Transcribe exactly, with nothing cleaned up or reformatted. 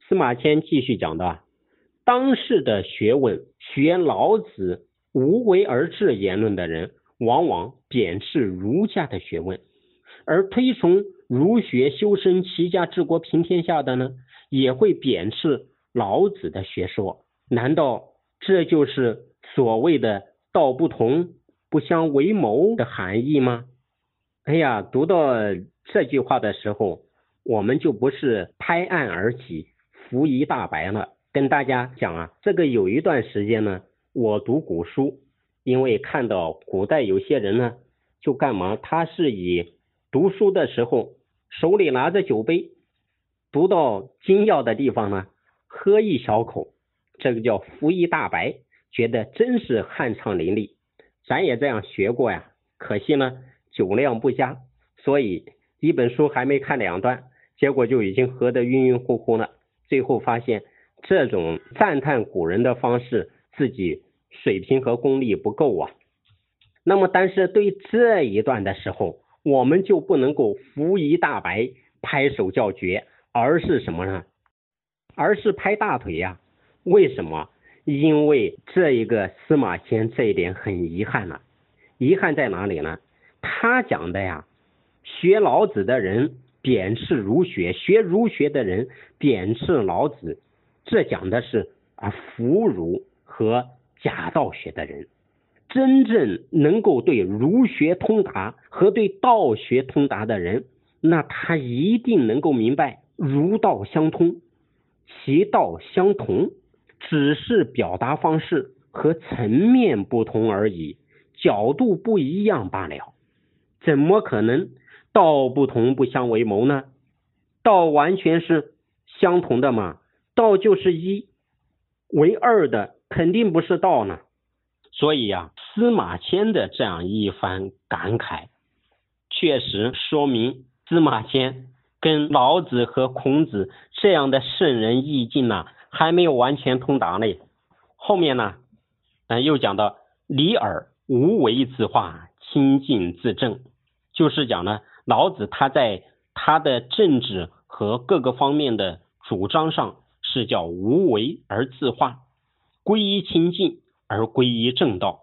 司马迁继续讲的，当世的学问，学老子无为而治言论的人，往往贬斥儒家的学问，而推崇儒学修身齐家治国平天下的呢，也会贬斥老子的学说。难道这就是所谓的道不同不相为谋的含义吗？哎呀，读到这句话的时候，我们就不是拍案而起，扶一大白了。跟大家讲啊，这个有一段时间呢，我读古书，因为看到古代有些人呢，就干嘛？他是以读书的时候手里拿着酒杯，读到精要的地方呢，喝一小口，这个叫扶一大白，觉得真是酣畅淋漓。咱也这样学过呀，可惜呢酒量不佳，所以一本书还没看两段，结果就已经喝得晕晕乎乎了。最后发现这种赞叹古人的方式，自己水平和功力不够啊。那么但是对这一段的时候，我们就不能够扶一大白拍手叫绝，而是什么呢？而是拍大腿呀、啊。为什么？因为这一个司马迁这一点很遗憾了、啊。遗憾在哪里呢？他讲的呀，学老子的人贬斥儒学，学儒学的人贬斥老子，这讲的是啊腐儒和假道学的人。真正能够对儒学通达和对道学通达的人，那他一定能够明白儒道相通，其道相同，只是表达方式和层面不同而已，角度不一样罢了。怎么可能道不同不相为谋呢？道完全是相同的嘛，道就是一，为二的肯定不是道呢。所以啊，司马迁的这样一番感慨，确实说明司马迁跟老子和孔子这样的圣人意境呢、啊，还没有完全通达呢。后面呢，嗯，又讲到理耳无为自化，清净自正，就是讲呢，老子他在他的政治和各个方面的主张上是叫无为而自化，归于清净而归于正道。